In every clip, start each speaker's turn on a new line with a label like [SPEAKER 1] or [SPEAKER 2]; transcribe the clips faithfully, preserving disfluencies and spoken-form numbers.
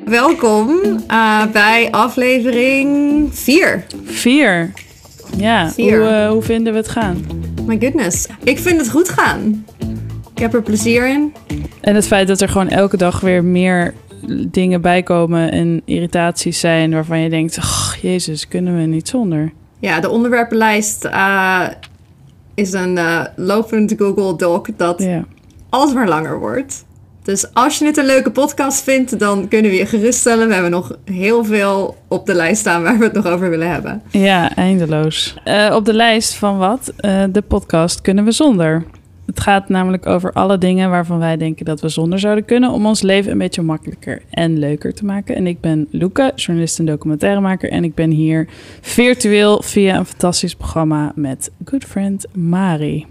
[SPEAKER 1] welkom uh, bij aflevering vier.
[SPEAKER 2] Vier? Ja,
[SPEAKER 1] Vier.
[SPEAKER 2] Hoe, uh, hoe vinden we het gaan?
[SPEAKER 1] My goodness, ik vind het goed gaan. Ik heb er plezier in.
[SPEAKER 2] En het feit dat er gewoon elke dag weer meer dingen bijkomen en irritaties zijn waarvan je denkt, ach, jezus, kunnen we niet zonder?
[SPEAKER 1] Ja, de onderwerpenlijst uh, is een uh, lopend Google Doc dat
[SPEAKER 2] Ja.
[SPEAKER 1] alsmaar langer wordt. Dus als je het een leuke podcast vindt, dan kunnen we je geruststellen. We hebben nog heel veel op de lijst staan waar we het nog over willen hebben.
[SPEAKER 2] Ja, eindeloos. Uh, op de lijst van wat? Uh, de podcast Kunnen we zonder? Het gaat namelijk over alle dingen waarvan wij denken dat we zonder zouden kunnen om ons leven een beetje makkelijker en leuker te maken. En ik ben Loeke, journalist en documentairemaker. En ik ben hier virtueel via een fantastisch programma met good friend Mari.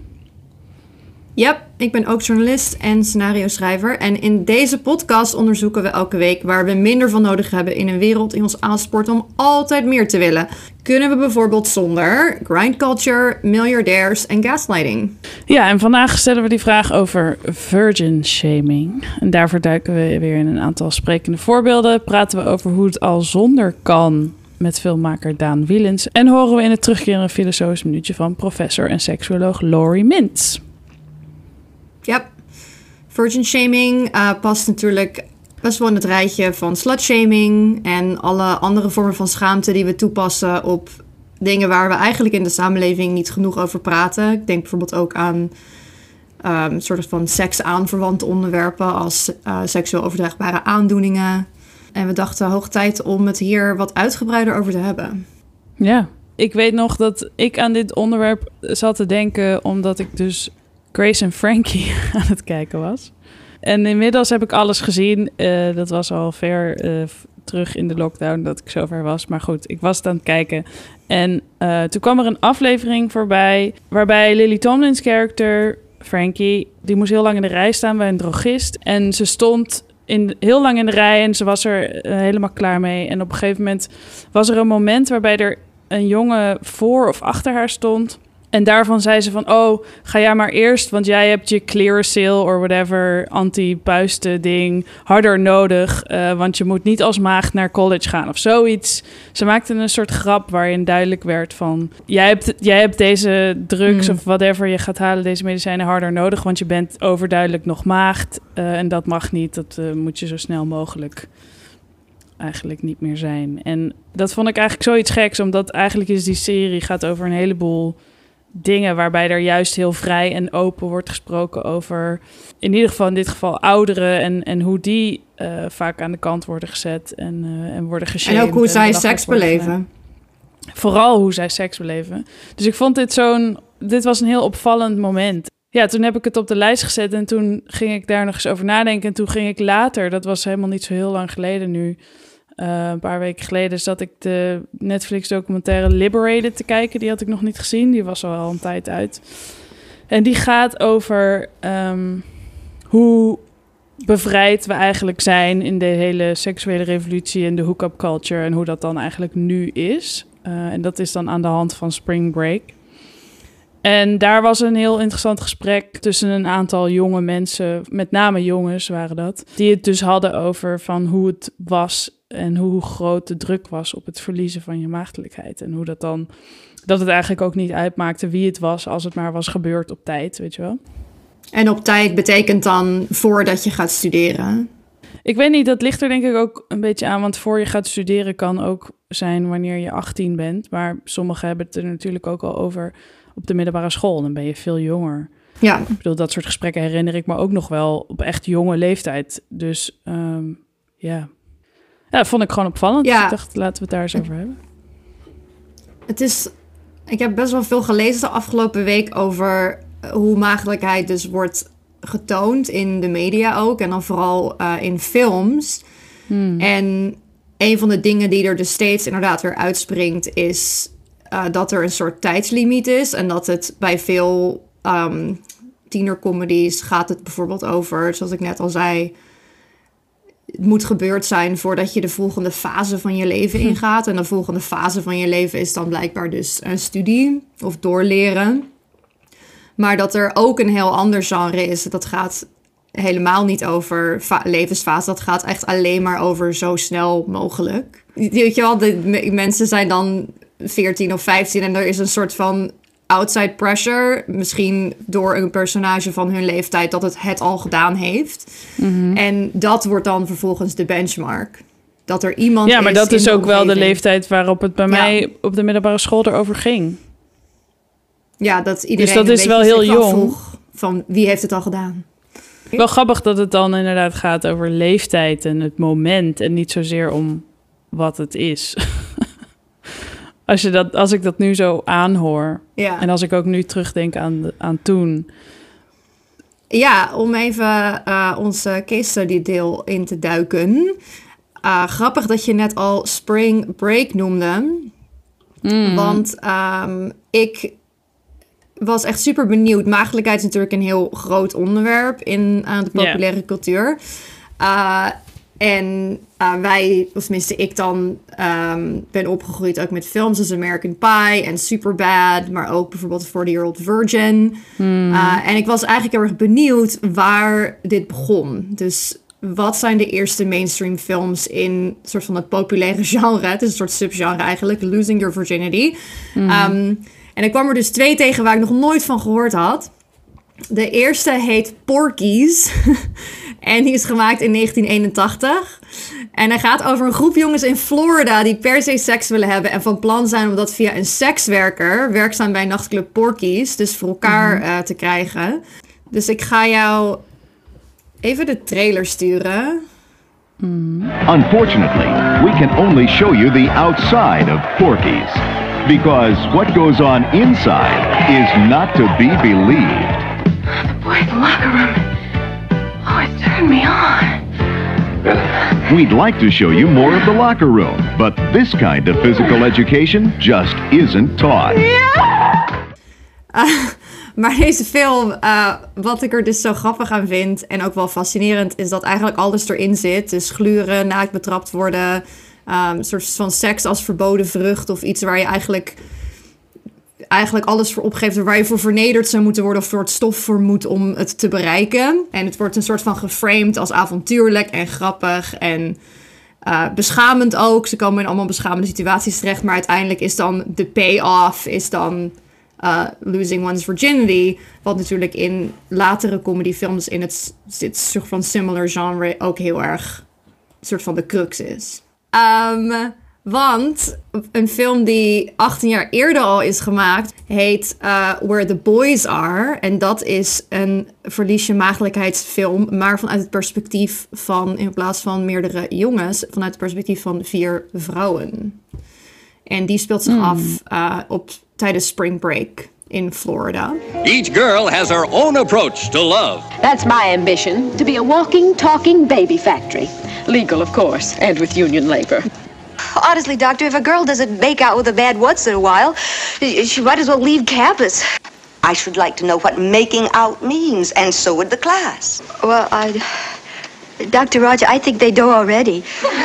[SPEAKER 1] Yep, ik ben ook journalist en scenario-schrijver. En in deze podcast onderzoeken we elke week waar we minder van nodig hebben in een wereld die ons aanspoort om altijd meer te willen. Kunnen we bijvoorbeeld zonder grind culture, miljardairs en gaslighting?
[SPEAKER 2] Ja, en vandaag stellen we die vraag over virgin shaming. En daarvoor duiken we weer in een aantal sprekende voorbeelden. Praten we over hoe het al zonder kan met filmmaker Daan Wielens. En horen we in het terugkerende filosofisch minuutje van professor en seksuoloog Laurie Mintz.
[SPEAKER 1] Ja, virgin shaming uh, past natuurlijk best wel in het rijtje van slutshaming en alle andere vormen van schaamte die we toepassen op dingen waar we eigenlijk in de samenleving niet genoeg over praten. Ik denk bijvoorbeeld ook aan um, een soort van seks-aanverwante onderwerpen als uh, seksueel overdraagbare aandoeningen. En we dachten hoog tijd om het hier wat uitgebreider over te hebben.
[SPEAKER 2] Ja, ik weet nog dat ik aan dit onderwerp zat te denken omdat ik dus Grace en Frankie aan het kijken was. En inmiddels heb ik alles gezien. Uh, dat was al ver uh, terug in de lockdown dat ik zover was. Maar goed, ik was het aan het kijken. En uh, toen kwam er een aflevering voorbij waarbij Lily Tomlin's character, Frankie, die moest heel lang in de rij staan bij een drogist. En ze stond in, heel lang in de rij en ze was er uh, helemaal klaar mee. En op een gegeven moment was er een moment waarbij er een jongen voor of achter haar stond. En daarvan zei ze van, oh, ga jij maar eerst, want jij hebt je Clearasil of whatever anti-puisten ding harder nodig, uh, want je moet niet als maagd naar college gaan of zoiets. Ze maakte een soort grap waarin duidelijk werd van, jij hebt, jij hebt deze drugs mm. of whatever je gaat halen, deze medicijnen harder nodig, want je bent overduidelijk nog maagd uh, en dat mag niet, dat uh, moet je zo snel mogelijk eigenlijk niet meer zijn. En dat vond ik eigenlijk zoiets geks, omdat eigenlijk is die serie gaat over een heleboel dingen waarbij er juist heel vrij en open wordt gesproken over, in ieder geval in dit geval ouderen en, en hoe die uh, vaak aan de kant worden gezet en, uh, en worden geshamed.
[SPEAKER 1] En ook hoe zij seks beleven.
[SPEAKER 2] Vooral hoe zij seks beleven. Dus ik vond dit zo'n, dit was een heel opvallend moment. Ja, toen heb ik het op de lijst gezet en toen ging ik daar nog eens over nadenken. En toen ging ik later, dat was helemaal niet zo heel lang geleden nu, Uh, een paar weken geleden zat ik de Netflix-documentaire Liberated te kijken. Die had ik nog niet gezien. Die was al een tijd uit. En die gaat over um, hoe bevrijd we eigenlijk zijn in de hele seksuele revolutie en de hookup culture. En hoe dat dan eigenlijk nu is. Uh, en dat is dan aan de hand van Spring Break. En daar was een heel interessant gesprek tussen een aantal jonge mensen, met name jongens waren dat, die het dus hadden over van hoe het was en hoe groot de druk was op het verliezen van je maagdelijkheid. En hoe dat dan, dat het eigenlijk ook niet uitmaakte wie het was als het maar was gebeurd op tijd, weet je wel.
[SPEAKER 1] En op tijd betekent dan voordat je gaat studeren?
[SPEAKER 2] Ik weet niet, dat ligt er denk ik ook een beetje aan, want voor je gaat studeren kan ook zijn wanneer je achttien bent. Maar sommigen hebben het er natuurlijk ook al over op de middelbare school. Dan ben je veel jonger.
[SPEAKER 1] Ja.
[SPEAKER 2] Ik bedoel, dat soort gesprekken herinner ik me ook nog wel op echt jonge leeftijd. Dus um, ja. ja, dat vond ik gewoon opvallend.
[SPEAKER 1] Ja.
[SPEAKER 2] Dus ik dacht, laten we het daar eens over hebben.
[SPEAKER 1] Het is, ik heb best wel veel gelezen de afgelopen week over hoe maagdelijkheid dus wordt getoond in de media ook. En dan vooral uh, in films. Hmm. En een van de dingen die er dus steeds inderdaad weer uitspringt is Uh, dat er een soort tijdslimiet is. En dat het bij veel um, tienercomedies gaat het bijvoorbeeld over, zoals ik net al zei, het moet gebeurd zijn voordat je de volgende fase van je leven ingaat. En de volgende fase van je leven is dan blijkbaar dus een studie of doorleren. Maar dat er ook een heel ander genre is. Dat gaat helemaal niet over fa- levensfase. Dat gaat echt alleen maar over zo snel mogelijk. Weet je wel, de m- mensen zijn dan veertien of vijftien en er is een soort van outside pressure. Misschien door een personage van hun leeftijd dat het het al gedaan heeft.
[SPEAKER 2] Mm-hmm.
[SPEAKER 1] En dat wordt dan vervolgens de benchmark. Dat er iemand is.
[SPEAKER 2] Ja, maar dat is ook wel de
[SPEAKER 1] omgeving.
[SPEAKER 2] leeftijd waarop het bij
[SPEAKER 1] Ja.
[SPEAKER 2] mij op de middelbare school erover ging.
[SPEAKER 1] Ja, dat iedereen
[SPEAKER 2] Dus dat
[SPEAKER 1] een
[SPEAKER 2] is
[SPEAKER 1] beetje
[SPEAKER 2] wel heel
[SPEAKER 1] zich
[SPEAKER 2] jong.
[SPEAKER 1] afvroeg van wie heeft het al gedaan.
[SPEAKER 2] Wel grappig dat het dan inderdaad gaat over leeftijd en het moment en niet zozeer om wat het is. als, je dat, als ik dat nu zo aanhoor
[SPEAKER 1] Ja.
[SPEAKER 2] en als ik ook nu terugdenk aan, de, aan toen.
[SPEAKER 1] Ja, om even uh, onze case study deel in te duiken. Uh, grappig dat je net al Spring Break noemde.
[SPEAKER 2] Mm.
[SPEAKER 1] Want um, ik was echt super benieuwd. Maagdelijkheid is natuurlijk een heel groot onderwerp in uh, de populaire yeah. cultuur. Uh, en uh, wij, of tenminste ik dan, um, ben opgegroeid ook met films als American Pie en Superbad, maar ook bijvoorbeeld forty-Year-Old Virgin. Mm. Uh, en ik was eigenlijk heel erg benieuwd waar dit begon. Dus wat zijn de eerste mainstream films in een soort van het populaire genre? Het is een soort subgenre eigenlijk, Losing Your Virginity. Mm. Um, en ik kwam er dus twee tegen waar ik nog nooit van gehoord had. De eerste heet Porky's. En die is gemaakt in negentien eenentachtig. En hij gaat over een groep jongens in Florida die per se seks willen hebben en van plan zijn om dat via een sekswerker, werkzaam bij nachtclub Porky's, dus voor elkaar mm-hmm. uh, te krijgen. Dus ik ga jou even de trailer sturen.
[SPEAKER 2] Mm.
[SPEAKER 3] Unfortunately, we can only show you the outside of Porky's. Because what goes on inside is not to be believed.
[SPEAKER 4] The boy in the locker room. Oh, it turned me on.
[SPEAKER 3] We'd like to show you more of the locker room, but this kind of physical education just isn't taught.
[SPEAKER 1] Uh, maar deze film, uh, wat ik er dus zo grappig aan vind en ook wel fascinerend, is dat eigenlijk alles erin zit. Dus gluren, naakt betrapt worden, um, een soort van seks als verboden vrucht of iets waar je eigenlijk... eigenlijk alles voor opgeeft, waar je voor vernederd zou moeten worden of voor het stof voor moet om het te bereiken. En het wordt een soort van geframed als avontuurlijk en grappig en uh, beschamend ook. Ze komen in allemaal beschamende situaties terecht, maar uiteindelijk is dan de payoff is dan uh, Losing One's Virginity, wat natuurlijk in latere comedyfilms in het dit soort van similar genre ook heel erg een soort van de crux is. Um, Want een film die achttien jaar eerder al is gemaakt, heet uh, Where the Boys Are. En dat is een verliesje maagdelijkheidsfilm, maar vanuit het perspectief van, in plaats van meerdere jongens, vanuit het perspectief van vier vrouwen. En die speelt zich mm. af uh, op, tijdens Spring Break in Florida.
[SPEAKER 5] Each girl has her own approach to love.
[SPEAKER 6] That's my ambition, to be a walking, talking baby factory. Legal, of course, and with union labor.
[SPEAKER 7] Honestly, Doctor, if a girl doesn't make out with a bad once in a while, she might as well leave campus. I should like to know what making out means, and so would the class.
[SPEAKER 6] Well, I... Doctor Roger, I think they do already.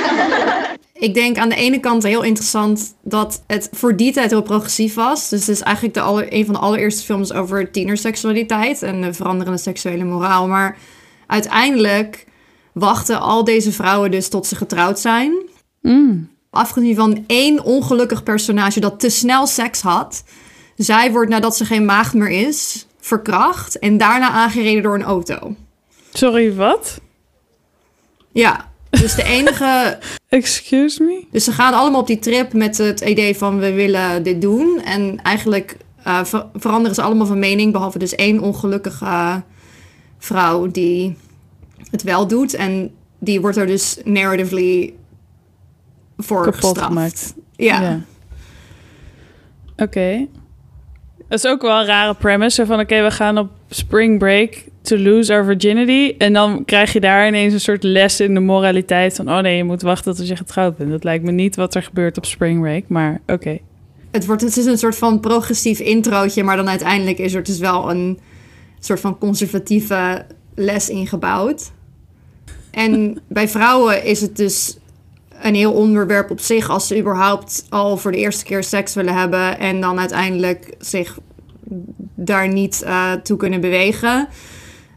[SPEAKER 1] Ik denk aan de ene kant heel interessant dat het voor die tijd heel progressief was. Dus het is eigenlijk de aller, een van de allereerste films over tienerseksualiteit en de veranderende seksuele moraal. Maar uiteindelijk wachten al deze vrouwen dus tot ze getrouwd zijn.
[SPEAKER 2] Mm.
[SPEAKER 1] Afgezien van één ongelukkig personage dat te snel seks had. Zij wordt, nadat ze geen maagd meer is, verkracht en daarna aangereden door een auto.
[SPEAKER 2] Sorry, wat?
[SPEAKER 1] Ja, dus de enige...
[SPEAKER 2] Excuse me?
[SPEAKER 1] Dus ze gaan allemaal op die trip met het idee van we willen dit doen. En eigenlijk uh, ver- veranderen ze allemaal van mening, behalve dus één ongelukkige uh, vrouw die het wel doet. En die wordt er dus narratively... voor
[SPEAKER 2] kapot
[SPEAKER 1] gestraft.
[SPEAKER 2] Gemaakt.
[SPEAKER 1] Ja.
[SPEAKER 2] ja. Oké. Okay. Dat is ook wel een rare premise. Van oké, okay, we gaan op spring break to lose our virginity. En dan krijg je daar ineens een soort les in de moraliteit. Van oh nee, je moet wachten tot je getrouwd bent. Dat lijkt me niet wat er gebeurt op spring break. Maar oké. Okay.
[SPEAKER 1] Het, wordt, het is een soort van progressief introotje. Maar dan uiteindelijk is er dus wel een soort van conservatieve les ingebouwd. En bij vrouwen is het dus... een heel onderwerp op zich als ze überhaupt al voor de eerste keer seks willen hebben en dan uiteindelijk zich daar niet uh, toe kunnen bewegen.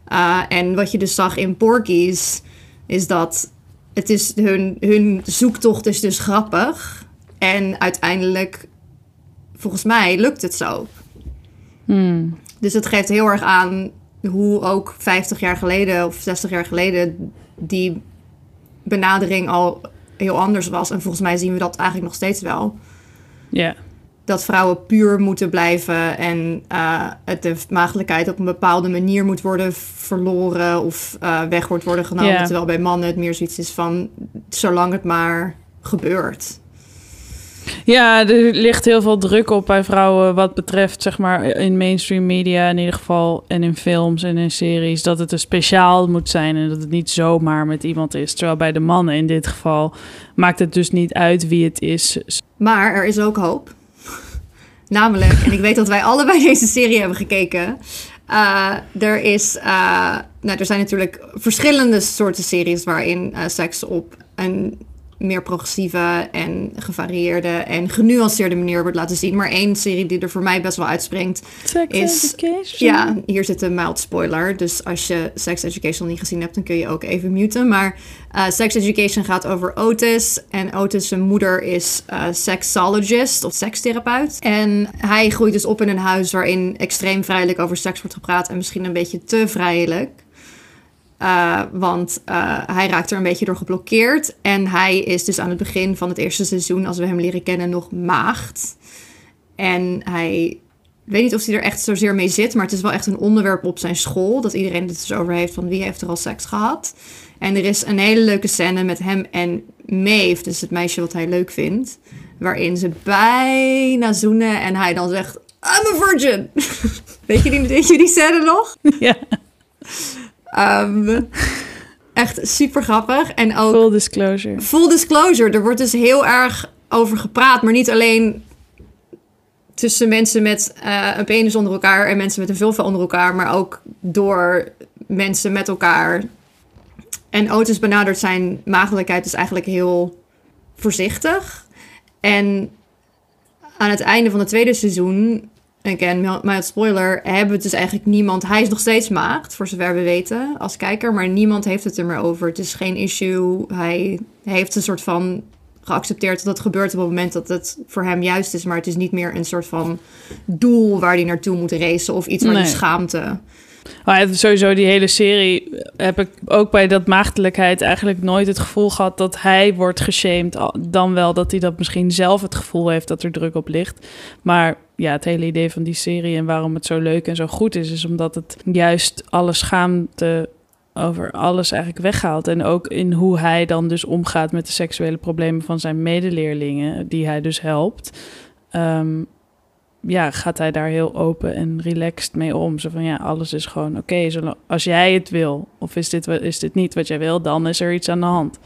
[SPEAKER 1] Uh, en wat je dus zag in Porky's is dat het is hun, hun zoektocht is dus grappig. En uiteindelijk, volgens mij, lukt het zo.
[SPEAKER 2] Hmm.
[SPEAKER 1] Dus het geeft heel erg aan hoe ook vijftig jaar geleden of zestig jaar geleden die benadering al heel anders was. En volgens mij zien we dat eigenlijk nog steeds wel.
[SPEAKER 2] Ja. Yeah.
[SPEAKER 1] Dat vrouwen puur moeten blijven en uh, het de maagdelijkheid op een bepaalde manier moet worden verloren of uh, weg wordt worden genomen. Yeah. Terwijl bij mannen het meer zoiets is van zolang het maar gebeurt.
[SPEAKER 2] Ja, er ligt heel veel druk op bij vrouwen wat betreft, zeg maar, in mainstream media in ieder geval en in films en in series, dat het een speciaal moet zijn en dat het niet zomaar met iemand is. Terwijl bij de mannen in dit geval maakt het dus niet uit wie het is.
[SPEAKER 1] Maar er is ook hoop. Namelijk, en ik weet dat wij allebei deze serie hebben gekeken. Uh, er is, uh, nou, er zijn natuurlijk verschillende soorten series waarin uh, seks op een meer progressieve en gevarieerde en genuanceerde manier wordt laten zien. Maar één serie die er voor mij best wel uitspringt
[SPEAKER 2] Sex
[SPEAKER 1] is...
[SPEAKER 2] Education?
[SPEAKER 1] Ja, hier zit een mild spoiler. Dus als je Sex Education niet gezien hebt, dan kun je ook even muten. Maar uh, Sex Education gaat over Otis. En Otis' zijn moeder is uh, sexologist of sekstherapeut. En hij groeit dus op in een huis waarin extreem vrijelijk over seks wordt gepraat. En misschien een beetje te vrijelijk. Uh, want uh, hij raakt er een beetje door geblokkeerd. En hij is dus aan het begin van het eerste seizoen, als we hem leren kennen, nog maagd. En hij... Ik weet niet of hij er echt zozeer mee zit, maar het is wel echt een onderwerp op zijn school. Dat iedereen het dus over heeft van wie heeft er al seks gehad. En er is een hele leuke scène met hem en Maeve, dus het meisje wat hij leuk vindt. Waarin ze bijna zoenen en hij dan zegt, I'm a virgin. Weet je die, weet je die scène nog?
[SPEAKER 2] Ja.
[SPEAKER 1] Um, echt super grappig. En ook
[SPEAKER 2] full disclosure.
[SPEAKER 1] Full disclosure. Er wordt dus heel erg over gepraat, maar niet alleen tussen mensen met uh, een penis onder elkaar en mensen met een vulva onder elkaar, maar ook door mensen met elkaar. En Otis benadert zijn maagdelijkheid dus eigenlijk heel voorzichtig. En aan het einde van het tweede seizoen, again, mild spoiler, hebben we dus eigenlijk niemand... Hij is nog steeds maagd, voor zover we weten, als kijker, maar niemand heeft het er meer over. Het is geen issue. Hij heeft een soort van geaccepteerd dat het gebeurt op het moment dat het voor hem juist is, maar het is niet meer een soort van doel waar hij naartoe moet racen of iets waar hij
[SPEAKER 2] nee.
[SPEAKER 1] schaamte...
[SPEAKER 2] Maar sowieso die hele serie heb ik ook bij dat maagdelijkheid eigenlijk nooit het gevoel gehad dat hij wordt geshamed. Dan wel dat hij dat misschien zelf het gevoel heeft dat er druk op ligt. Maar ja, het hele idee van die serie en waarom het zo leuk en zo goed is, is omdat het juist alle schaamte over alles eigenlijk weghaalt. En ook in hoe hij dan dus omgaat met de seksuele problemen van zijn medeleerlingen, die hij dus helpt. Um, ja, gaat hij daar heel open en relaxed mee om. Zo van, ja, alles is gewoon oké. Okay, als jij het wil, of is dit, is dit niet wat jij wil, dan is er iets aan de hand.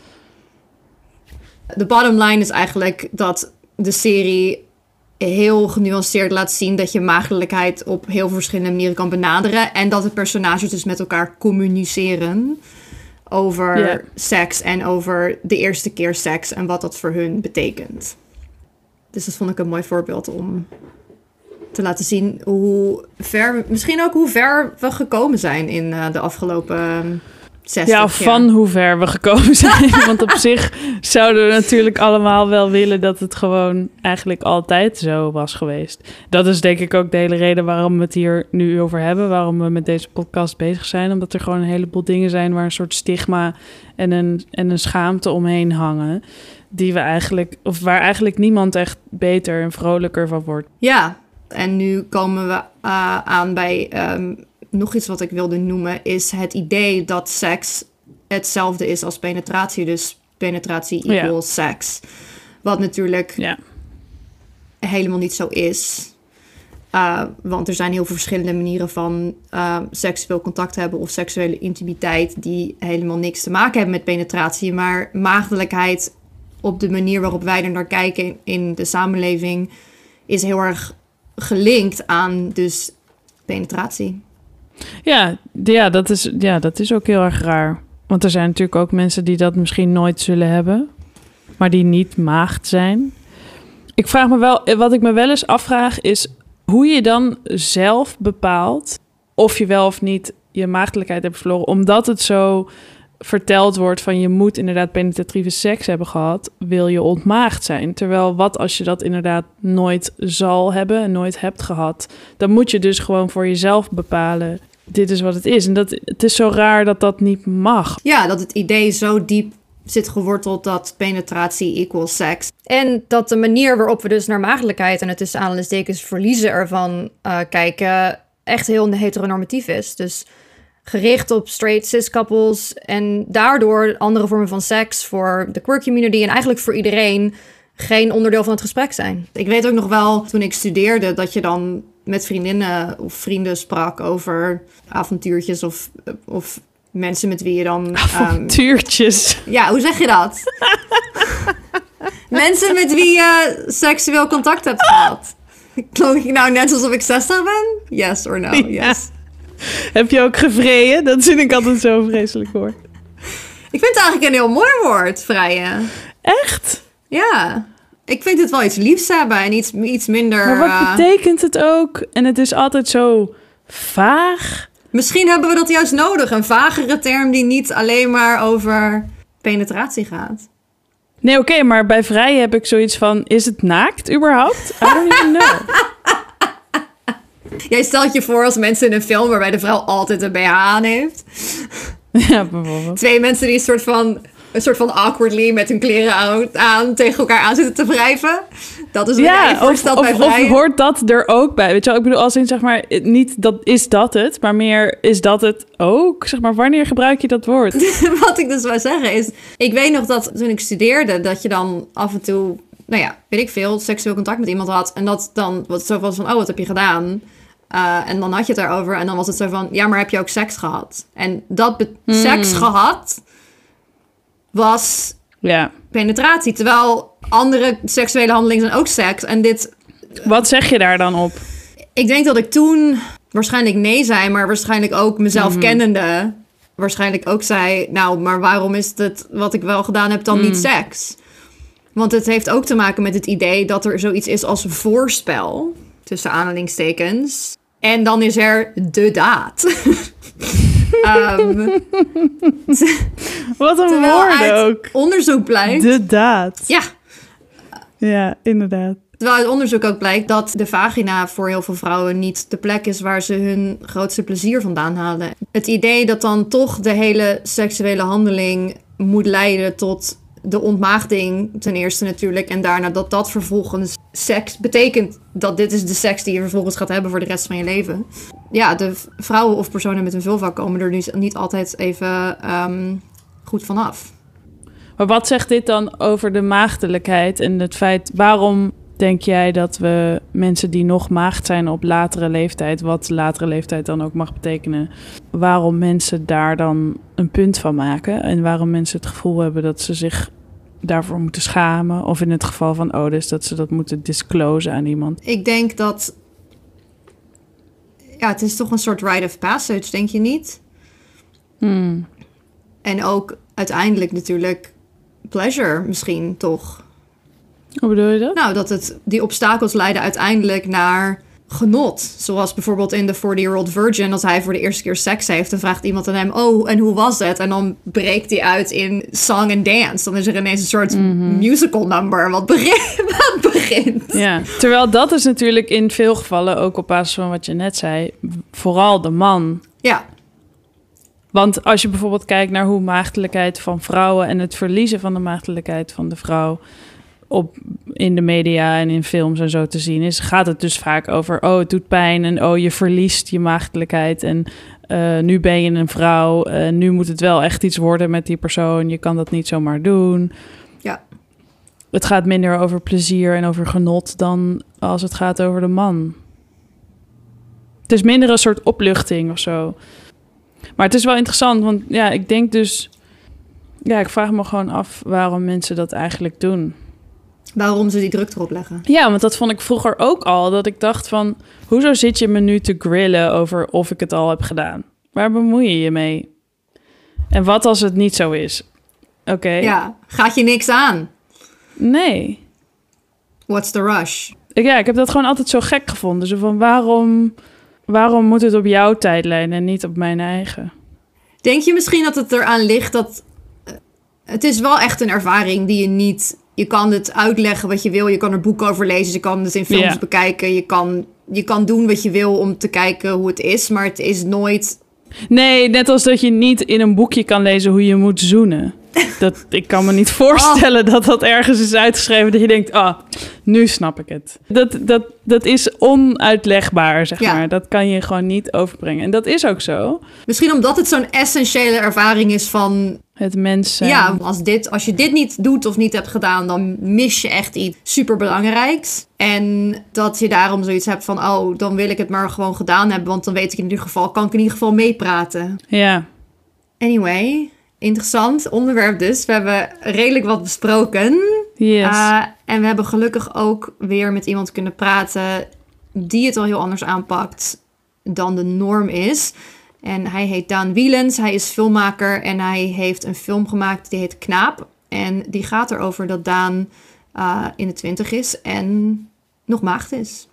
[SPEAKER 1] De bottom line is eigenlijk dat de serie heel genuanceerd laat zien dat je maagdelijkheid op heel verschillende manieren kan benaderen. En dat de personages dus met elkaar communiceren over yeah. seks en over de eerste keer seks en wat dat voor hun betekent. Dus dat vond ik een mooi voorbeeld om te laten zien hoe ver, misschien ook hoe ver we gekomen zijn in uh, de afgelopen zestig
[SPEAKER 2] jaar. Ja, van hoe ver we gekomen zijn. Want op zich zouden we natuurlijk allemaal wel willen dat het gewoon eigenlijk altijd zo was geweest. Dat is denk ik ook de hele reden waarom we het hier nu over hebben. Waarom we met deze podcast bezig zijn. Omdat er gewoon een heleboel dingen zijn waar een soort stigma en een, en een schaamte omheen hangen. Die we eigenlijk, of waar eigenlijk niemand echt beter en vrolijker van wordt.
[SPEAKER 1] Ja, en nu komen we uh, aan bij um, nog iets wat ik wilde noemen, is het idee dat seks hetzelfde is als penetratie. Dus penetratie equals ja. seks. Wat natuurlijk
[SPEAKER 2] ja.
[SPEAKER 1] helemaal niet zo is. Uh, want er zijn heel veel verschillende manieren van uh, seksueel contact hebben of seksuele intimiteit die helemaal niks te maken hebben met penetratie. Maar maagdelijkheid op de manier waarop wij er naar kijken in de samenleving is heel erg gelinkt aan dus penetratie.
[SPEAKER 2] Ja, ja, dat is, ja, dat is ook heel erg raar. Want er zijn natuurlijk ook mensen die dat misschien nooit zullen hebben, maar die niet maagd zijn. Ik vraag me wel, wat ik me wel eens afvraag is hoe je dan zelf bepaalt of je wel of niet je maagdelijkheid hebt verloren, omdat het zo verteld wordt van je moet inderdaad penetratieve seks hebben gehad, wil je ontmaagd zijn. Terwijl wat als je dat inderdaad nooit zal hebben en nooit hebt gehad, dan moet je dus gewoon voor jezelf bepalen, dit is wat het is. En dat, het is zo raar dat dat niet mag.
[SPEAKER 1] Ja, dat het idee zo diep zit geworteld dat penetratie equals seks. En dat de manier waarop we dus naar maagdelijkheid en het tussen aanhalingstekens verliezen ervan uh, kijken echt heel heteronormatief is. Dus gericht op straight cis couples en daardoor andere vormen van seks voor de queer community en eigenlijk voor iedereen geen onderdeel van het gesprek zijn. Ik weet ook nog wel, toen ik studeerde, dat je dan met vriendinnen of vrienden sprak over avontuurtjes of, of mensen met wie je dan...
[SPEAKER 2] Avontuurtjes.
[SPEAKER 1] Um, ja, hoe zeg je dat? Mensen met wie je seksueel contact hebt gehad. Klonk ik nou net alsof ik zestig ben? Yes or no?
[SPEAKER 2] Ja.
[SPEAKER 1] Yes.
[SPEAKER 2] Heb je ook gevreden? Dat vind ik altijd zo vreselijk woord.
[SPEAKER 1] Ik vind het eigenlijk een heel mooi woord, vrijen.
[SPEAKER 2] Echt?
[SPEAKER 1] Ja. Ik vind het wel iets liefs hebben en iets, iets minder...
[SPEAKER 2] Maar wat
[SPEAKER 1] uh,
[SPEAKER 2] betekent het ook? En het is altijd zo vaag.
[SPEAKER 1] Misschien hebben we dat juist nodig. Een vagere term die niet alleen maar over penetratie gaat.
[SPEAKER 2] Nee, oké, okay, maar bij vrij heb ik zoiets van, is het naakt überhaupt? I don't even know.
[SPEAKER 1] Jij stelt je voor als mensen in een film waarbij de vrouw altijd een B H aan heeft.
[SPEAKER 2] Ja, bijvoorbeeld.
[SPEAKER 1] Twee mensen die een soort van, een soort van awkwardly met hun kleren aan, aan tegen elkaar aan zitten te wrijven. Dat is wat
[SPEAKER 2] ja,
[SPEAKER 1] jij voorstelt
[SPEAKER 2] of,
[SPEAKER 1] bij
[SPEAKER 2] of,
[SPEAKER 1] vrijen.
[SPEAKER 2] Of hoort dat er ook bij? Weet je wel, ik bedoel, als in zeg maar, niet dat is dat het, maar meer is dat het ook? Zeg maar, wanneer gebruik je dat woord?
[SPEAKER 1] Wat ik dus wou zeggen is, ik weet nog dat toen ik studeerde, dat je dan af en toe, nou ja, weet ik veel, seksueel contact met iemand had. En dat dan wat zo was van, oh, wat heb je gedaan? Uh, en dan had je het erover en dan was het zo van, ja, maar heb je ook seks gehad? En dat be- mm. seks gehad was
[SPEAKER 2] ja.
[SPEAKER 1] penetratie. Terwijl andere seksuele handelingen zijn ook seks. En dit...
[SPEAKER 2] Wat zeg je daar dan op?
[SPEAKER 1] Ik denk dat ik toen waarschijnlijk nee zei, maar waarschijnlijk ook mezelf mm-hmm. kennende. Waarschijnlijk ook zei, nou, maar waarom is het wat ik wel gedaan heb dan mm. niet seks? Want het heeft ook te maken met het idee dat er zoiets is als voorspel, tussen aanhalingstekens. En dan is er de daad. um,
[SPEAKER 2] Wat een woord ook.
[SPEAKER 1] Onderzoek blijkt.
[SPEAKER 2] De daad.
[SPEAKER 1] Ja.
[SPEAKER 2] Ja, inderdaad.
[SPEAKER 1] Terwijl uit onderzoek ook blijkt dat de vagina voor heel veel vrouwen niet de plek is waar ze hun grootste plezier vandaan halen. Het idee dat dan toch de hele seksuele handeling moet leiden tot de ontmaagding ten eerste natuurlijk. En daarna dat dat vervolgens seks betekent dat dit is de seks die je vervolgens gaat hebben voor de rest van je leven. Ja, de vrouwen of personen met een vulva komen er dus niet altijd even um, goed vanaf.
[SPEAKER 2] Maar wat zegt dit dan over de maagdelijkheid en het feit, waarom denk jij dat we mensen die nog maagd zijn op latere leeftijd, wat latere leeftijd dan ook mag betekenen, waarom mensen daar dan een punt van maken en waarom mensen het gevoel hebben dat ze zich daarvoor moeten schamen of in het geval van ouders dat ze dat moeten disclosen aan iemand?
[SPEAKER 1] Ik denk dat, ja, het is toch een soort rite of passage, denk je niet?
[SPEAKER 2] Hmm.
[SPEAKER 1] En ook uiteindelijk natuurlijk pleasure misschien toch.
[SPEAKER 2] Hoe bedoel je dat?
[SPEAKER 1] Nou, dat het, die obstakels leiden uiteindelijk naar genot. Zoals bijvoorbeeld in The forty-Year-Old Virgin, als hij voor de eerste keer seks heeft, dan vraagt iemand aan hem, oh, en hoe was het? En dan breekt hij uit in song and dance. Dan is er ineens een soort mm-hmm. musical number wat, begin, wat begint.
[SPEAKER 2] Ja, terwijl dat is natuurlijk in veel gevallen, ook op basis van wat je net zei, vooral de man.
[SPEAKER 1] Ja.
[SPEAKER 2] Want als je bijvoorbeeld kijkt naar hoe maagdelijkheid van vrouwen en het verliezen van de maagdelijkheid van de vrouw op in de media en in films en zo te zien is, gaat het dus vaak over, oh, het doet pijn en oh, je verliest je maagdelijkheid en uh, nu ben je een vrouw, uh, nu moet het wel echt iets worden met die persoon, je kan dat niet zomaar doen.
[SPEAKER 1] Ja.
[SPEAKER 2] Het gaat minder over plezier en over genot dan als het gaat over de man. Het is minder een soort opluchting of zo. Maar het is wel interessant, want ja, ik denk dus, ja, ik vraag me gewoon af waarom mensen dat eigenlijk doen.
[SPEAKER 1] Waarom ze die druk erop leggen.
[SPEAKER 2] Ja, want dat vond ik vroeger ook al. Dat ik dacht van, hoezo zit je me nu te grillen over of ik het al heb gedaan? Waar bemoei je je mee? En wat als het niet zo is? Oké. Okay.
[SPEAKER 1] Ja, gaat je niks aan?
[SPEAKER 2] Nee.
[SPEAKER 1] What's the rush?
[SPEAKER 2] Ik, ja, ik heb dat gewoon altijd zo gek gevonden. Zo van, waarom, waarom moet het op jouw tijdlijn en niet op mijn eigen?
[SPEAKER 1] Denk je misschien dat het eraan ligt dat... Uh, het is wel echt een ervaring die je niet... Je kan het uitleggen wat je wil. Je kan er boeken over lezen. Je kan het in films yeah. bekijken. Je kan, je kan doen wat je wil om te kijken hoe het is. Maar het is nooit...
[SPEAKER 2] Nee, net als dat je niet in een boekje kan lezen hoe je moet zoenen. Dat, ik kan me niet voorstellen oh. dat dat ergens is uitgeschreven. Dat je denkt, ah, nu snap ik het. Dat, dat, dat is onuitlegbaar, zeg ja. maar. Dat kan je gewoon niet overbrengen. En dat is ook zo.
[SPEAKER 1] Misschien omdat het zo'n essentiële ervaring is van...
[SPEAKER 2] Het mens zijn.
[SPEAKER 1] Ja, als, dit, als je dit niet doet of niet hebt gedaan... dan mis je echt iets superbelangrijks. En dat je daarom zoiets hebt van... oh, dan wil ik het maar gewoon gedaan hebben... want dan weet ik in ieder geval... kan ik in ieder geval meepraten.
[SPEAKER 2] Ja.
[SPEAKER 1] Anyway... Interessant onderwerp dus. We hebben redelijk wat besproken.
[SPEAKER 2] Yes.
[SPEAKER 1] Uh, en we hebben gelukkig ook weer met iemand kunnen praten... die het al heel anders aanpakt dan de norm is. En hij heet Daan Wielens. Hij is filmmaker en hij heeft een film gemaakt die heet Knaap. En die gaat erover dat Daan uh, in de twintig is en nog maagd is.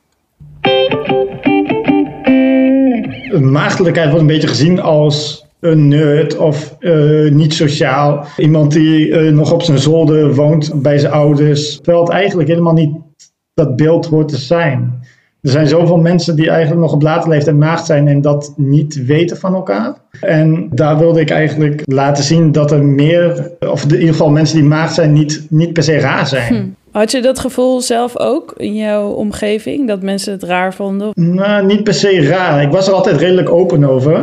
[SPEAKER 8] Maagdelijkheid wordt een beetje gezien als... een nerd of uh, niet sociaal. Iemand die uh, nog op zijn zolder woont bij zijn ouders. Terwijl het eigenlijk helemaal niet dat beeld hoort te zijn. Er zijn zoveel mensen die eigenlijk nog op later leeftijd maagd zijn en dat niet weten van elkaar. En daar wilde ik eigenlijk laten zien dat er meer, of in ieder geval mensen die maagd zijn, niet, niet per se raar zijn.
[SPEAKER 2] Hm. Had je dat gevoel zelf ook in jouw omgeving, dat mensen het raar vonden?
[SPEAKER 8] Nou, niet per se raar. Ik was er altijd redelijk open over.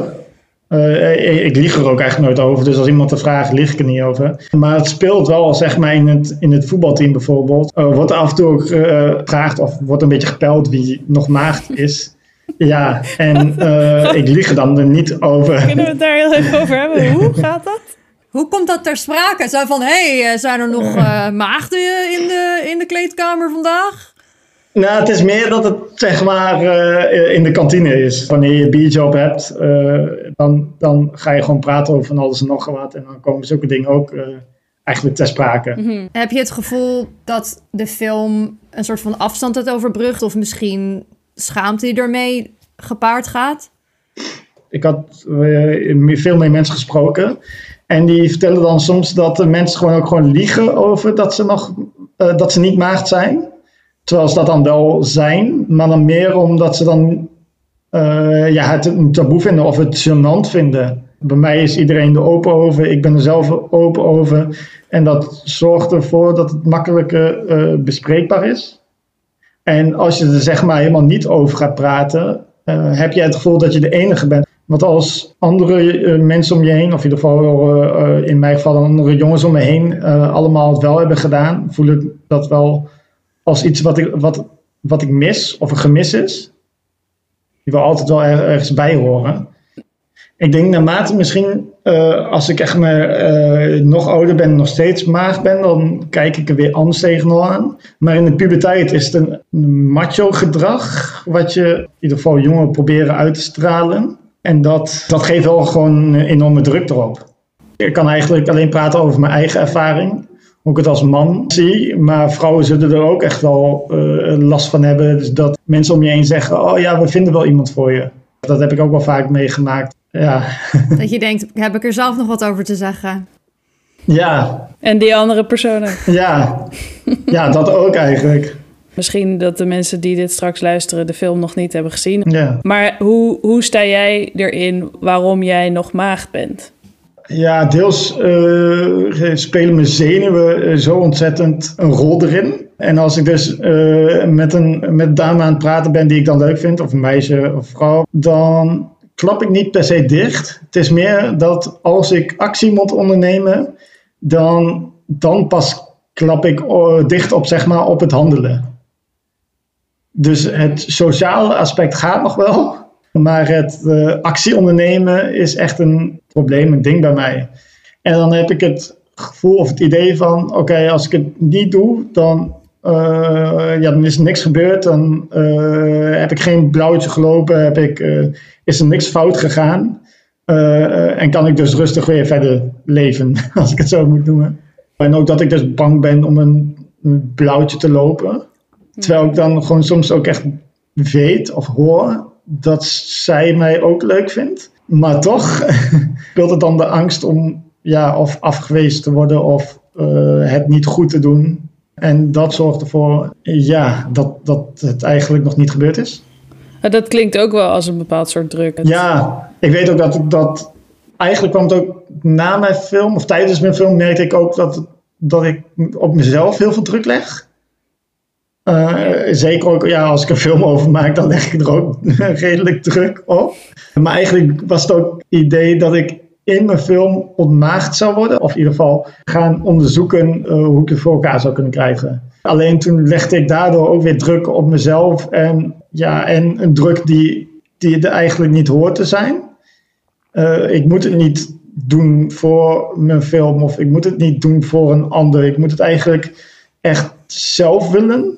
[SPEAKER 8] Uh, ik lieg er ook eigenlijk nooit over, dus als iemand te vraagt, lieg ik er niet over. Maar het speelt wel, zeg maar, in het, in het voetbalteam bijvoorbeeld. Uh, wordt er af en toe ook uh, gevraagd of wordt een beetje gepeld wie nog maagd is. Ja, en uh, ik lieg er dan er niet over.
[SPEAKER 2] Kunnen we het daar heel even over hebben? Hoe gaat dat?
[SPEAKER 1] Hoe komt dat ter sprake? Zo van, hé, hey, zijn er nog uh, maagden in de, in de kleedkamer vandaag?
[SPEAKER 8] Nou, het is meer dat het, zeg maar, uh, in de kantine is. Wanneer je een biertje op hebt, uh, dan, dan ga je gewoon praten over van alles en nog wat. En dan komen zulke dingen ook uh, eigenlijk ter sprake.
[SPEAKER 1] Mm-hmm. Heb je het gevoel dat de film een soort van afstand het overbrugt? Of misschien schaamte die ermee gepaard gaat?
[SPEAKER 8] Ik had uh, veel meer mensen gesproken. En die vertellen dan soms dat de mensen gewoon ook gewoon liegen over dat ze, nog, uh, dat ze niet maagd zijn. Terwijl ze dat dan wel zijn, maar dan meer omdat ze dan uh, ja, het een taboe vinden of het gênant vinden. Bij mij is iedereen er open over, ik ben er zelf open over. En dat zorgt ervoor dat het makkelijker uh, bespreekbaar is. En als je er zeg maar helemaal niet over gaat praten, uh, heb je het gevoel dat je de enige bent. Want als andere uh, mensen om je heen, of in ieder geval uh, uh, in mijn geval andere jongens om me heen, uh, allemaal het wel hebben gedaan, voel ik dat wel... als iets wat ik, wat, wat ik mis of een gemis is. Die wil altijd wel er, ergens bij horen. Ik denk naarmate misschien, uh, als ik echt maar, uh, nog ouder ben en nog steeds maagd ben, dan kijk ik er weer anders tegenaan. Maar in de puberteit is het een, een macho gedrag, wat je in ieder geval jongeren proberen uit te stralen. En dat, dat geeft wel gewoon een enorme druk erop. Ik kan eigenlijk alleen praten over mijn eigen ervaring. Hoe ik het als man zie, maar vrouwen zullen er ook echt wel uh, last van hebben. Dus dat mensen om je heen zeggen, oh ja, we vinden wel iemand voor je. Dat heb ik ook wel vaak meegemaakt. Ja.
[SPEAKER 1] Dat je denkt, heb ik er zelf nog wat over te zeggen?
[SPEAKER 8] Ja.
[SPEAKER 2] En die andere personen?
[SPEAKER 8] Ja, ja, dat ook eigenlijk.
[SPEAKER 2] Misschien dat de mensen die dit straks luisteren de film nog niet hebben gezien.
[SPEAKER 8] Ja.
[SPEAKER 2] Maar hoe, hoe sta jij erin waarom jij nog maagd bent?
[SPEAKER 8] Ja, deels uh, spelen mijn zenuwen zo ontzettend een rol erin. En als ik dus uh, met een met dame aan het praten ben die ik dan leuk vind, of een meisje of vrouw, dan klap ik niet per se dicht. Het is meer dat als ik actie moet ondernemen, dan, dan pas klap ik uh, dicht op, zeg maar, op het handelen. Dus het sociale aspect gaat nog wel. Maar het uh, actie ondernemen is echt een probleem, een ding bij mij. En dan heb ik het gevoel of het idee van, oké, okay, als ik het niet doe, dan, uh, ja, dan is er niks gebeurd. Dan uh, heb ik geen blauwtje gelopen, heb ik, uh, is er niks fout gegaan. Uh, en kan ik dus rustig weer verder leven, als ik het zo moet noemen. En ook dat ik dus bang ben om een, een blauwtje te lopen. Terwijl ik dan gewoon soms ook echt weet of hoor dat zij mij ook leuk vindt. Maar toch speelt het dan de angst om ja, of afgewezen te worden of uh, het niet goed te doen. En dat zorgt ervoor ja, dat, dat het eigenlijk nog niet gebeurd is.
[SPEAKER 2] Dat klinkt ook wel als een bepaald soort druk.
[SPEAKER 8] Ja, ik weet ook dat, dat eigenlijk kwam het ook na mijn film, of tijdens mijn film merkte ik ook dat, dat ik op mezelf heel veel druk leg. Uh, zeker ook, ja, als ik een film over maak, dan leg ik er ook redelijk druk op. Maar eigenlijk was het ook het idee dat ik in mijn film ontmaagd zou worden. Of in ieder geval gaan onderzoeken uh, hoe ik het voor elkaar zou kunnen krijgen. Alleen toen legde ik daardoor ook weer druk op mezelf. En, ja, en een druk die, die er eigenlijk niet hoort te zijn. Uh, ik moet het niet doen voor mijn film. Of ik moet het niet doen voor een ander. Ik moet het eigenlijk echt zelf willen.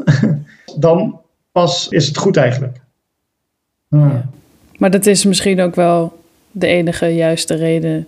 [SPEAKER 8] Dan pas is het goed eigenlijk. Uh.
[SPEAKER 2] Ja. Maar dat is misschien ook wel de enige juiste reden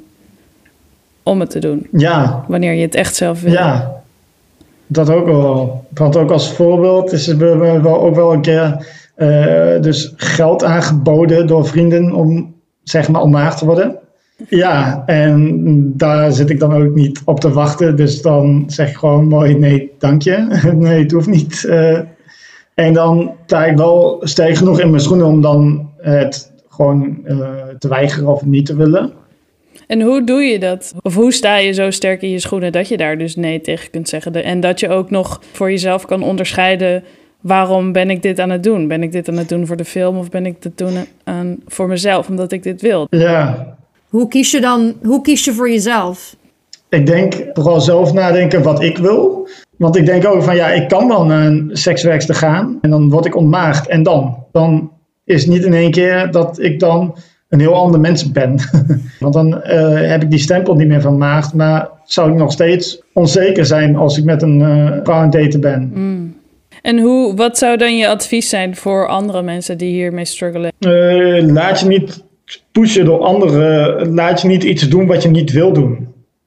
[SPEAKER 2] om het te doen.
[SPEAKER 8] Ja.
[SPEAKER 2] Wanneer je het echt zelf wil.
[SPEAKER 8] Ja, dat ook wel. Want ook als voorbeeld is er wel ook wel een keer uh, dus geld aangeboden door vrienden om zeg maar ontmaagd te worden. Ja, en daar zit ik dan ook niet op te wachten. Dus dan zeg ik gewoon mooi nee, dank je. Nee, het hoeft niet. Uh, en dan sta ik wel sterk genoeg in mijn schoenen om dan het gewoon uh, te weigeren of niet te willen.
[SPEAKER 2] En hoe doe je dat? Of hoe sta je zo sterk in je schoenen dat je daar dus nee tegen kunt zeggen? En dat je ook nog voor jezelf kan onderscheiden, waarom ben ik dit aan het doen? Ben ik dit aan het doen voor de film of ben ik dit doen aan, voor mezelf omdat ik dit wil?
[SPEAKER 8] Ja.
[SPEAKER 1] Hoe kies je dan, hoe kies je voor jezelf?
[SPEAKER 8] Ik denk vooral zelf nadenken wat ik wil. Want ik denk ook van ja, ik kan wel naar een sekswerkster gaan en dan word ik ontmaagd. En dan? Dan is niet in één keer dat ik dan een heel ander mens ben. Want dan uh, heb ik die stempel niet meer van maagd, maar zou ik nog steeds onzeker zijn als ik met een uh, vrouw aan het daten ben.
[SPEAKER 2] Mm. En hoe, wat zou dan je advies zijn voor andere mensen die hiermee struggelen?
[SPEAKER 8] Uh, laat je niet pushen door anderen. Laat je niet iets doen wat je niet wil doen.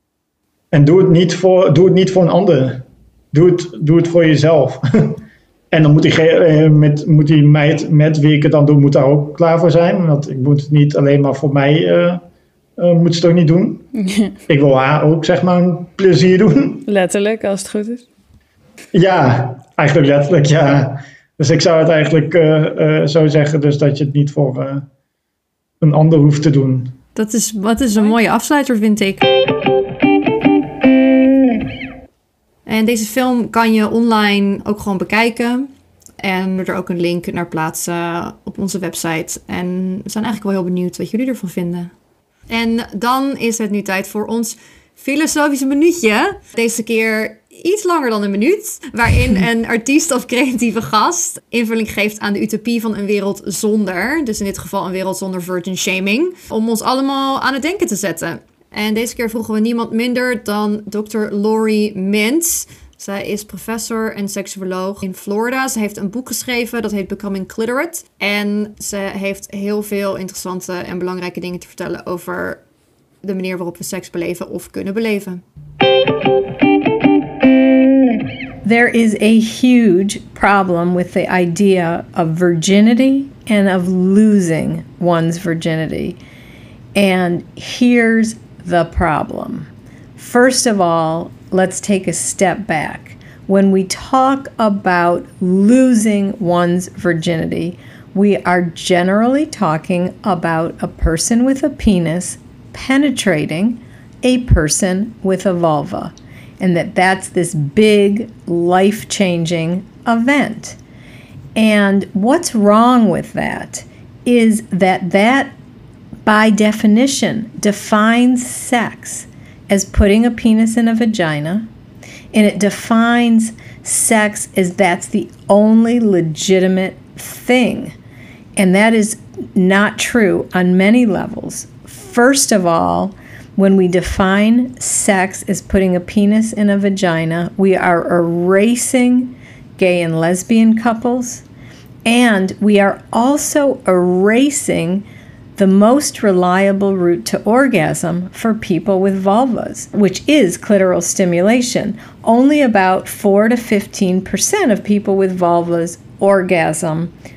[SPEAKER 8] En doe het niet voor, doe het niet voor een ander. Doe het, doe het voor jezelf. En dan moet die, met, moet die meid met wie ik het dan doe, moet daar ook klaar voor zijn. Want ik moet het niet alleen maar voor mij, uh, uh, moet ze het ook niet doen. Ik wil haar ook, zeg maar, een plezier doen.
[SPEAKER 2] Letterlijk, als het goed is.
[SPEAKER 8] Ja, eigenlijk letterlijk, ja. Dus ik zou het eigenlijk uh, uh, zo zeggen, dus dat je het niet voor uh, een ander hoeft te doen.
[SPEAKER 1] Dat is, wat is een mooie afsluiter, vind ik. En deze film kan je online ook gewoon bekijken. En er ook een link naar plaatsen op onze website. En we zijn eigenlijk wel heel benieuwd wat jullie ervan vinden. En dan is het nu tijd voor ons filosofische minuutje. Deze keer iets langer dan een minuut. Waarin een artiest of creatieve gast invulling geeft aan de utopie van een wereld zonder. Dus in dit geval een wereld zonder virgin shaming. Om ons allemaal aan het denken te zetten. En deze keer vroegen we niemand minder dan dokter Laurie Mintz. Zij is professor en seksuoloog in Florida. Ze heeft een boek geschreven, dat heet Becoming Clitorate. En ze heeft heel veel interessante en belangrijke dingen te vertellen over de manier waarop we seks beleven of kunnen beleven.
[SPEAKER 9] There is a huge problem with the idea of virginity and of losing one's virginity. And here's the problem. First of all, let's take a step back. When we talk about losing one's virginity, we are generally talking about a person with a penis penetrating a person with a vulva. And that that's this big life-changing event. And what's wrong with that is that that by definition, defines sex as putting a penis in a vagina, and it defines sex as that's the only legitimate thing. And that is not true on many levels. First of all, when we define sex as putting a penis in a vagina, we are erasing gay and lesbian couples, and we are also erasing the most reliable route to orgasm for people with vulvas, which is clitoral stimulation. Only about four to fifteen percent of people with vulvas orgasm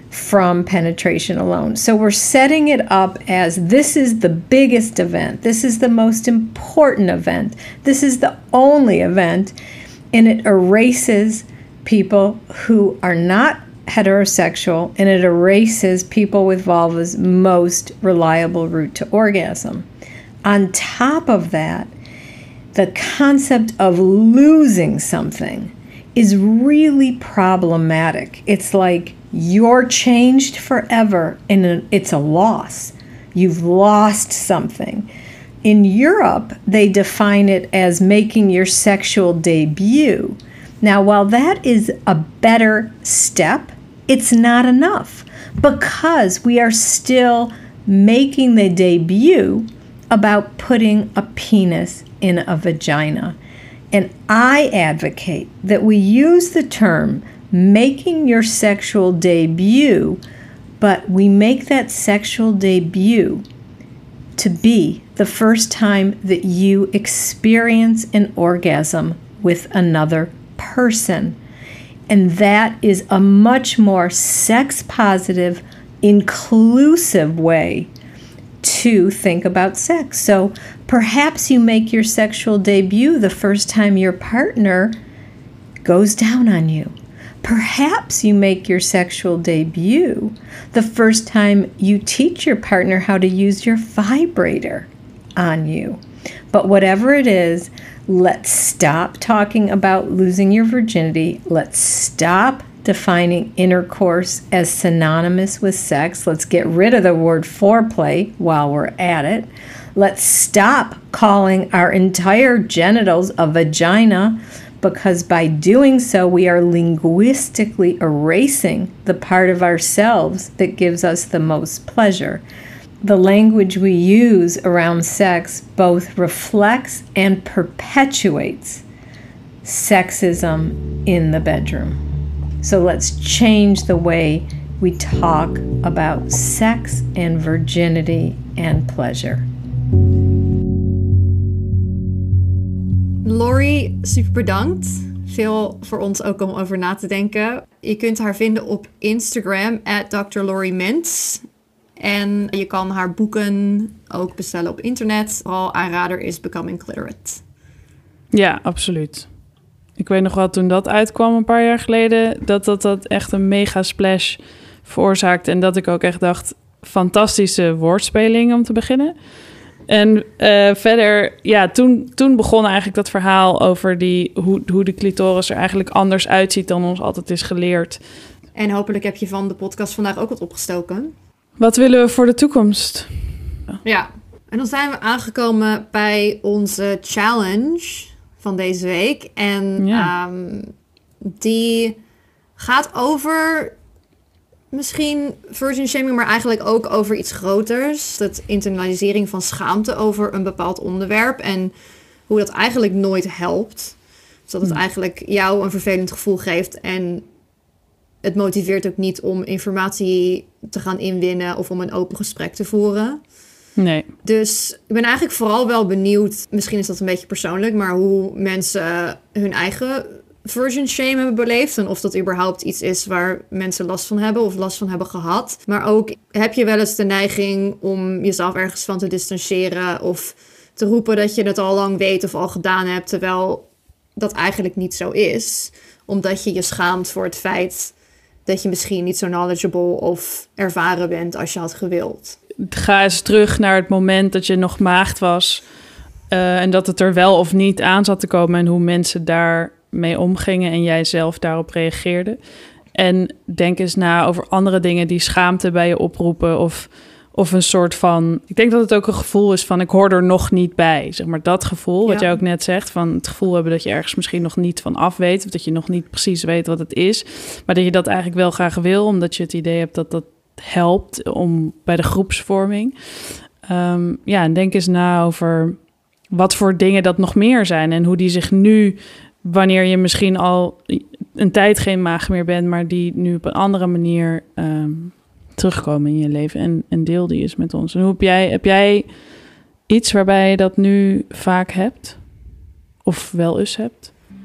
[SPEAKER 9] from penetration alone. So we're setting it up as this is the biggest event. This is the most important event. This is the only event. And it erases people who are not heterosexual, and it erases people with vulva's most reliable route to orgasm. On top of that, the concept of losing something is really problematic. It's like you're changed forever and it's a loss. You've lost something. In Europe, they define it as making your sexual debut. Now, while that is a better step, it's not enough because we are still making the debut about putting a penis in a vagina. And I advocate that we use the term making your sexual debut, but we make that sexual debut to be the first time that you experience an orgasm with another person. And that is a much more sex-positive, inclusive way to think about sex. So perhaps you make your sexual debut the first time your partner goes down on you. Perhaps you make your sexual debut the first time you teach your partner how to use your vibrator on you. But whatever it is, let's stop talking about losing your virginity. Let's stop defining intercourse as synonymous with sex. Let's get rid of the word foreplay while we're at it. Let's stop calling our entire genitals a vagina, because by doing so, we are linguistically erasing the part of ourselves that gives us the most pleasure. The language we use around sex both reflects and perpetuates sexism in the bedroom. So let's change the way we talk about sex and virginity and pleasure.
[SPEAKER 1] Lori, super bedankt. Veel voor ons ook om over na te denken. Je kunt haar vinden op Instagram, at Doctor Lori Mintz. En je kan haar boeken ook bestellen op internet. Vooral aanrader is Becoming Clitorate.
[SPEAKER 2] Ja, absoluut. Ik weet nog wel, toen dat uitkwam een paar jaar geleden, dat dat, dat echt een mega splash veroorzaakte. En dat ik ook echt dacht, fantastische woordspeling om te beginnen. En uh, verder, ja, toen, toen begon eigenlijk dat verhaal over die, hoe, hoe de clitoris er eigenlijk anders uitziet dan ons altijd is geleerd.
[SPEAKER 1] En hopelijk heb je van de podcast vandaag ook wat opgestoken.
[SPEAKER 2] Wat willen we voor de toekomst?
[SPEAKER 1] Ja, en dan zijn we aangekomen bij onze challenge van deze week. En ja. um, die gaat over misschien virgin shaming, maar eigenlijk ook over iets groters. Dat internalisering van schaamte over een bepaald onderwerp. En hoe dat eigenlijk nooit helpt. Dus dat het hm. eigenlijk jou een vervelend gevoel geeft. En het motiveert ook niet om informatie te gaan inwinnen of om een open gesprek te voeren.
[SPEAKER 2] Nee.
[SPEAKER 1] Dus ik ben eigenlijk vooral wel benieuwd, misschien is dat een beetje persoonlijk, maar hoe mensen hun eigen virgin shame hebben beleefd. En of dat überhaupt iets is waar mensen last van hebben of last van hebben gehad. Maar ook, heb je wel eens de neiging om jezelf ergens van te distancieren of te roepen dat je het al lang weet of al gedaan hebt, terwijl dat eigenlijk niet zo is. Omdat je je schaamt voor het feit dat je misschien niet zo knowledgeable of ervaren bent als je had gewild.
[SPEAKER 2] Ga eens terug naar het moment dat je nog maagd was. Uh, en dat het er wel of niet aan zat te komen. En hoe mensen daarmee omgingen en jij zelf daarop reageerde. En denk eens na over andere dingen die schaamte bij je oproepen. Of, of een soort van... Ik denk dat het ook een gevoel is van ik hoor er nog niet bij. Zeg maar dat gevoel, wat ja. jij ook net zegt. Van het gevoel hebben dat je ergens misschien nog niet van af weet. Of dat je nog niet precies weet wat het is. Maar dat je dat eigenlijk wel graag wil. Omdat je het idee hebt dat dat helpt om bij de groepsvorming. Um, ja, en denk eens na over wat voor dingen dat nog meer zijn. En hoe die zich nu, wanneer je misschien al een tijd geen maag meer bent, maar die nu op een andere manier um, terugkomen in je leven. En, en deel die eens met ons. En hoe heb jij, heb jij iets waarbij je dat nu vaak hebt? Of wel eens hebt?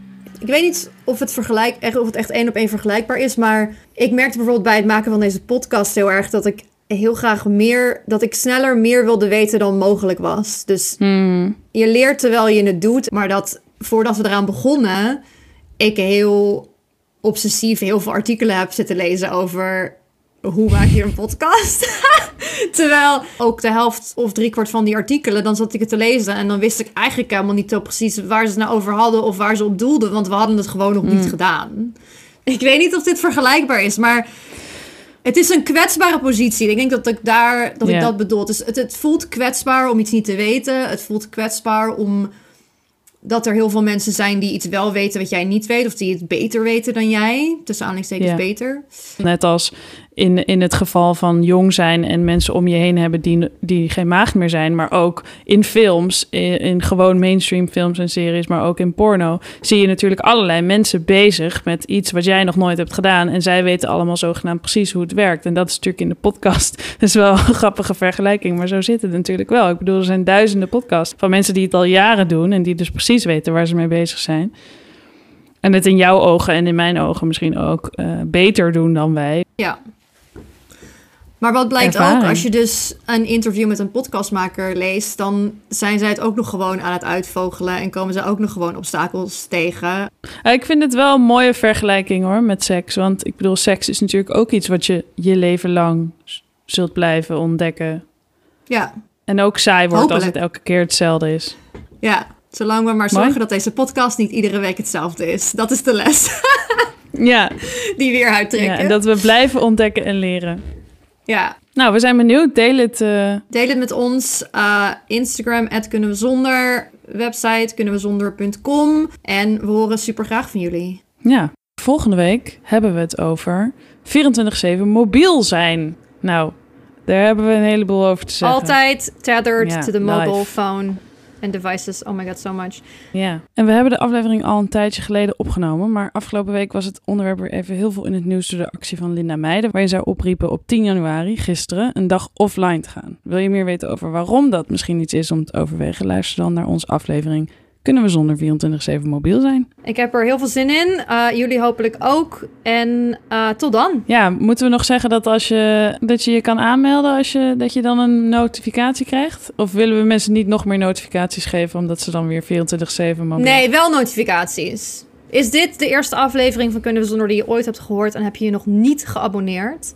[SPEAKER 1] ik weet niet of het, vergelijk, echt, of het echt één op één vergelijkbaar is, maar ik merkte bijvoorbeeld bij het maken van deze podcast heel erg dat ik heel graag meer, dat ik sneller meer wilde weten dan mogelijk was. Dus
[SPEAKER 2] Hmm.
[SPEAKER 1] je leert terwijl je het doet, maar dat voordat we eraan begonnen, ik heel obsessief heel veel artikelen heb zitten lezen over hoe maak je een podcast. Terwijl ook de helft of driekwart van die artikelen, dan zat ik het te lezen en dan wist ik eigenlijk helemaal niet zo precies waar ze het nou over hadden of waar ze op doelden, want we hadden het gewoon nog
[SPEAKER 2] Mm.
[SPEAKER 1] niet gedaan. Ik weet niet of dit vergelijkbaar is, maar het is een kwetsbare positie. Ik denk dat ik daar dat
[SPEAKER 2] Ja.
[SPEAKER 1] ik dat bedoel. Dus het, het voelt kwetsbaar om iets niet te weten. Het voelt kwetsbaar om dat er heel veel mensen zijn die iets wel weten wat jij niet weet, of die het beter weten dan jij. Tussen aanhalingstekens
[SPEAKER 2] Ja.
[SPEAKER 1] beter.
[SPEAKER 2] Net als in, in het geval van jong zijn en mensen om je heen hebben die, die geen maagd meer zijn, maar ook in films, in, in gewoon mainstream films en series, maar ook in porno, zie je natuurlijk allerlei mensen bezig met iets wat jij nog nooit hebt gedaan en zij weten allemaal zogenaamd precies hoe het werkt. En dat is natuurlijk in de podcast, dat is wel een grappige vergelijking, maar zo zit het natuurlijk wel. Ik bedoel, er zijn duizenden podcasts van mensen die het al jaren doen en die dus precies weten waar ze mee bezig zijn. En het in jouw ogen en in mijn ogen misschien ook uh, beter doen dan wij.
[SPEAKER 1] Ja. Maar wat blijkt
[SPEAKER 2] Ervaring.
[SPEAKER 1] ook, als je dus een interview met een podcastmaker leest, dan zijn zij het ook nog gewoon aan het uitvogelen en komen ze ook nog gewoon obstakels tegen.
[SPEAKER 2] Uh, ik vind het wel een mooie vergelijking hoor, met seks. Want ik bedoel, seks is natuurlijk ook iets wat je je leven lang z- zult blijven ontdekken.
[SPEAKER 1] Ja,
[SPEAKER 2] En ook saai wordt
[SPEAKER 1] Hopelijk.
[SPEAKER 2] als het elke keer hetzelfde is.
[SPEAKER 1] ja. Zolang we maar
[SPEAKER 2] Mooi.
[SPEAKER 1] zorgen dat deze podcast niet iedere week hetzelfde is. Dat is de les
[SPEAKER 2] Ja,
[SPEAKER 1] die we hier uittrekken.
[SPEAKER 2] ja, en dat we blijven ontdekken en leren.
[SPEAKER 1] Ja.
[SPEAKER 2] Nou, we zijn benieuwd. Deel het. Uh...
[SPEAKER 1] Deel het met ons. Uh, Instagram, at kunnen we zonder. Website, kunnen we zonder punt com. En we horen super graag van jullie.
[SPEAKER 2] Ja, volgende week hebben we het over vierentwintig zeven mobiel zijn. Nou, daar hebben we een heleboel over te zeggen.
[SPEAKER 1] Altijd tethered
[SPEAKER 2] Ja,
[SPEAKER 1] to the mobile
[SPEAKER 2] live.
[SPEAKER 1] phone and devices. Oh my god, so much.
[SPEAKER 2] Ja, en we hebben de aflevering al een tijdje geleden opgenomen, maar afgelopen week was het onderwerp weer even heel veel in het nieuws door de actie van Linda Meijden, waarin zij opriepen op tien januari, gisteren, een dag offline te gaan. Wil je meer weten over waarom dat misschien iets is om te overwegen? Luister dan naar onze aflevering Kunnen we zonder vierentwintig zeven mobiel zijn?
[SPEAKER 1] Ik heb er heel veel zin in. Uh, jullie hopelijk ook. En uh, tot dan.
[SPEAKER 2] Ja, moeten we nog zeggen dat als je dat je je kan aanmelden als je dat je dan een notificatie krijgt? Of willen we mensen niet nog meer notificaties geven omdat ze dan weer vierentwintig zeven mobiel?
[SPEAKER 1] Nee, wel notificaties. Is dit de eerste aflevering van Kunnen we zonder die je ooit hebt gehoord en heb je je nog niet geabonneerd?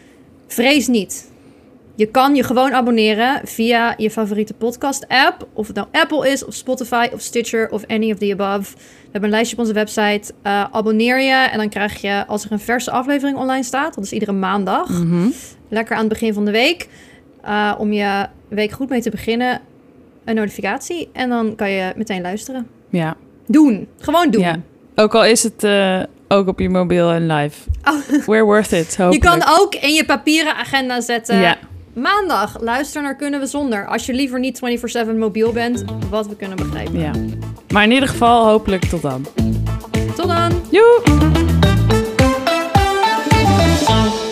[SPEAKER 1] Vrees niet. Je kan je gewoon abonneren via je favoriete podcast-app. Of het nou Apple is, of Spotify, of Stitcher, of any of the above. We hebben een lijstje op onze website. Uh, abonneer je en dan krijg je, als er een verse aflevering online staat, dat is iedere maandag,
[SPEAKER 2] Mm-hmm.
[SPEAKER 1] lekker aan het begin van de week, uh, om je week goed mee te beginnen, een notificatie. En dan kan je meteen luisteren.
[SPEAKER 2] Ja.
[SPEAKER 1] Doen. Gewoon doen.
[SPEAKER 2] Ja. Ook al is het uh, ook op je mobiel en live.
[SPEAKER 1] Oh.
[SPEAKER 2] We're worth it, hopelijk.
[SPEAKER 1] Je kan ook in je papieren agenda zetten.
[SPEAKER 2] Ja.
[SPEAKER 1] Maandag, luister naar Kunnen we zonder. Als je liever niet vierentwintig zeven mobiel bent, wat we kunnen begrijpen.
[SPEAKER 2] Ja. Maar in ieder geval, hopelijk tot dan.
[SPEAKER 1] Tot dan!
[SPEAKER 2] Joe!